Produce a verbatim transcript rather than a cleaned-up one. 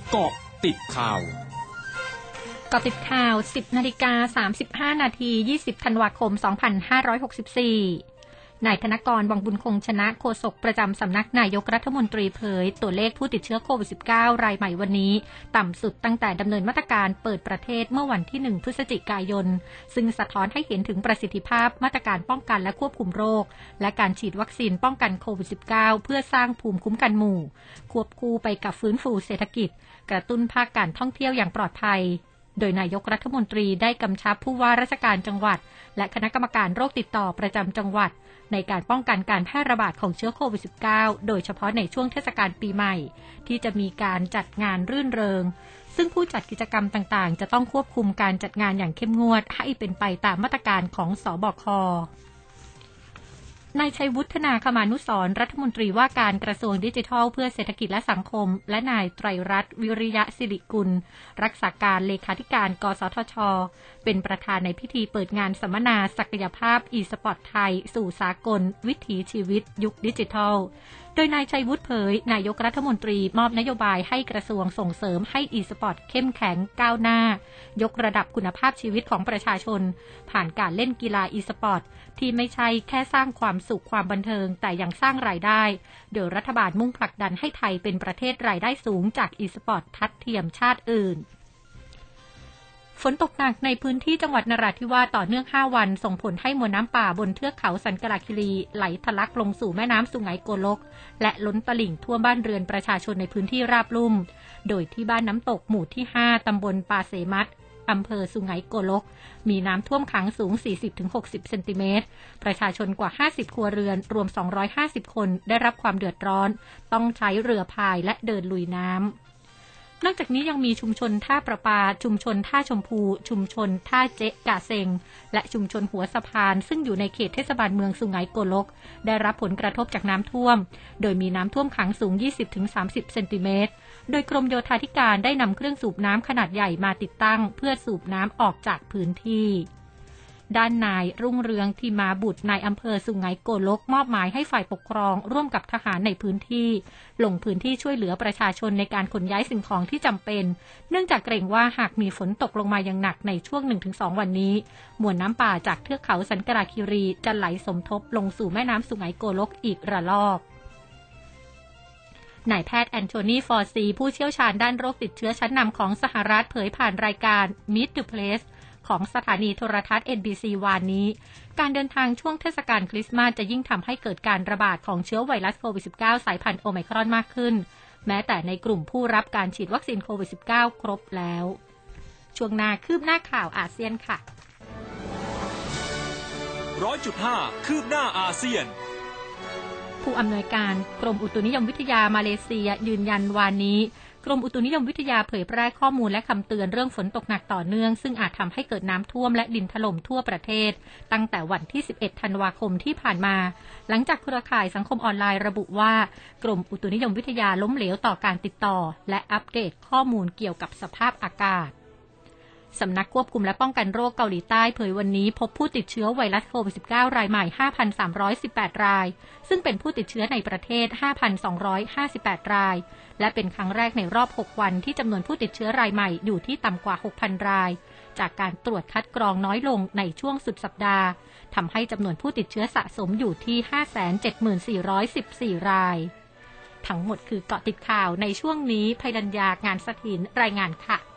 เกาะติดข่าวเกาะติดข่าว สิบนาฬิกาสามสิบห้านาที ยี่สิบธันวาคม สองพันห้าร้อยหกสิบสี่นายธนกร วังบุญคงชนะโฆษกประจำสำนักนายกรัฐมนตรีเผยตัวเลขผู้ติดเชื้อโควิด สิบเก้า รายใหม่วันนี้ต่ำสุดตั้งแต่ดำเนินมาตรการเปิดประเทศเมื่อวันที่หนึ่งพฤศจิกายนซึ่งสะท้อนให้เห็นถึงประสิทธิภาพมาตรการป้องกันและควบคุมโรคและการฉีดวัคซีนป้องกันโควิด สิบเก้า เพื่อสร้างภูมิคุ้มกันหมู่ควบคู่ไปกับฟื้นฟูเศรษฐกิจกระตุ้นภาคการท่องเที่ยวอย่างปลอดภัยโดยนายกรัฐมนตรีได้กำชับผู้ว่าราชการจังหวัดและคณะกรรมการโรคติดต่อประจำจังหวัดในการป้องกันการแพร่ระบาดของเชื้อโควิด สิบเก้า โดยเฉพาะในช่วงเทศกาลปีใหม่ที่จะมีการจัดงานรื่นเริงซึ่งผู้จัดกิจกรรมต่างๆจะต้องควบคุมการจัดงานอย่างเข้มงวดให้เป็นไปตามมาตรการของสบค.นายชัยวุฒนาคมานุสรณ์รัฐมนตรีว่าการกระทรวงดิจิทัลเพื่อเศรษฐกิจและสังคมและนายไตรรัตน์วิริยะศิริกุลรักษาการเลขาธิการกสทช.เป็นประธานในพิธีเปิดงานสัมมนาศักยภาพ e-sport ไทยสู่สากลวิถีชีวิตยุคดิจิทัลโดยนายชัยวุฒิเผยนายกรัฐมนตรีมอบนโยบายให้กระทรวงส่งเสริมให้ e-sport เข้มแข็งก้าวหน้ายกระดับคุณภาพชีวิตของประชาชนผ่านการเล่นกีฬา e-sport ที่ไม่ใช่แค่สร้างความสุขความบันเทิงแต่ยังสร้างรายได้โดยรัฐบาลมุ่งผลักดันให้ไทยเป็นประเทศรายได้สูงจาก e-sport ทัดเทียมชาติอื่นฝนตกหนักในพื้นที่จังหวัดนราธิวาสต่อเนื่องห้าวันส่งผลให้มวลน้ำป่าบนเทือกเขาสันกลาคิรีไหลทะลักลงสู่แม่น้ำสุไหงโกลกและล้นตลิ่งท่วมบ้านเรือนประชาชนในพื้นที่ราบลุ่มโดยที่บ้านน้ำตกหมู่ที่ห้าตำบลปาเสมัดอำเภอสุไหงโกลกมีน้ำท่วมขังสูง สี่สิบถึงหกสิบ เซนติเมตรประชาชนกว่าห้าสิบครัวเรือนรวมสองร้อยห้าสิบคนได้รับความเดือดร้อนต้องใช้เรือพายและเดินลุยน้ำนอกจากนี้ยังมีชุมชนท่าประปาชุมชนท่าชมพูชุมชนท่าเจ๊กาเซงและชุมชนหัวสะพานซึ่งอยู่ในเขตเทศบาลเมืองสุไหงโกลกได้รับผลกระทบจากน้ำท่วมโดยมีน้ำท่วมขังสูง ยี่สิบถึงสามสิบ เซนติเมตรโดยกรมโยธาธิการได้นำเครื่องสูบน้ำขนาดใหญ่มาติดตั้งเพื่อสูบน้ำออกจากพื้นที่ด้านนายรุ่งเรืองทีมาบุตรนายอำเภอสุไหงโกลกมอบหมายให้ฝ่ายปกครองร่วมกับทหารในพื้นที่ลงพื้นที่ช่วยเหลือประชาชนในการขนย้ายสิ่งของที่จำเป็นเนื่องจากเกรงว่าหากมีฝนตกลงมาอย่างหนักในช่วง หนึ่งถึงสอง วันนี้มวลน้ำป่าจากเทือกเขาสันกลาคิรีจะไหลสมทบลงสู่แม่น้ำสุไหงโกลกอีกระลอกนายแพทย์แอนโทนีฟอร์ซีผู้เชี่ยวชาญด้านโรคติดเชื้อชั้นนำของสหรัฐเผยผ่านรายการ Meet the Pressของสถานีโทรทัศน์ เอ็น บี ซี วานนี้การเดินทางช่วงเทศกาลคริสต์มาสจะยิ่งทำให้เกิดการระบาดของเชื้อไวรัสโควิด สิบเก้า สายพันธุ์โอไมครอนมากขึ้นแม้แต่ในกลุ่มผู้รับการฉีดวัคซีนโควิด สิบเก้า ครบแล้วช่วงหน้าคืบหน้าข่าวอาเซียนค่ะร้อยจุดห้า คืบหน้าอาเซียนผู้อำนวยการกรมอุตุนิยมวิทยามาเลเซียยืนยันวานนี้กรมอุตุนิยมวิทยาเผยแพร่ข้อมูลและคำเตือนเรื่องฝนตกหนักต่อเนื่องซึ่งอาจทำให้เกิดน้ำท่วมและดินถล่มทั่วประเทศตั้งแต่วันที่สิบเอ็ดธันวาคมที่ผ่านมาหลังจากเครือข่ายสังคมออนไลน์ระบุว่ากรมอุตุนิยมวิทยาล้มเหลวต่อการติดต่อและอัปเดตข้อมูลเกี่ยวกับสภาพอากาศสำนักควบคุมและป้องกันโรคเกาหลีใต้เผยวันนี้พบผู้ติดเชื้อไวรัสโควิด สิบเก้า รายใหม่ ห้าพันสามร้อยสิบแปด รายซึ่งเป็นผู้ติดเชื้อในประเทศ ห้าพันสองร้อยห้าสิบแปด รายและเป็นครั้งแรกในรอบหกวันที่จำนวนผู้ติดเชื้อรายใหม่อยู่ที่ต่ำกว่า หกพัน รายจากการตรวจคัดกรองน้อยลงในช่วงสุดสัปดาห์ทำให้จำนวนผู้ติดเชื้อสะสมอยู่ที่ ห้าแสนเจ็ดหมื่นสี่ร้อยสิบสี่ รายทั้งหมดคือเกาะติดข่าวในช่วงนี้ภัยรัญญางานสถินรายงานค่ะ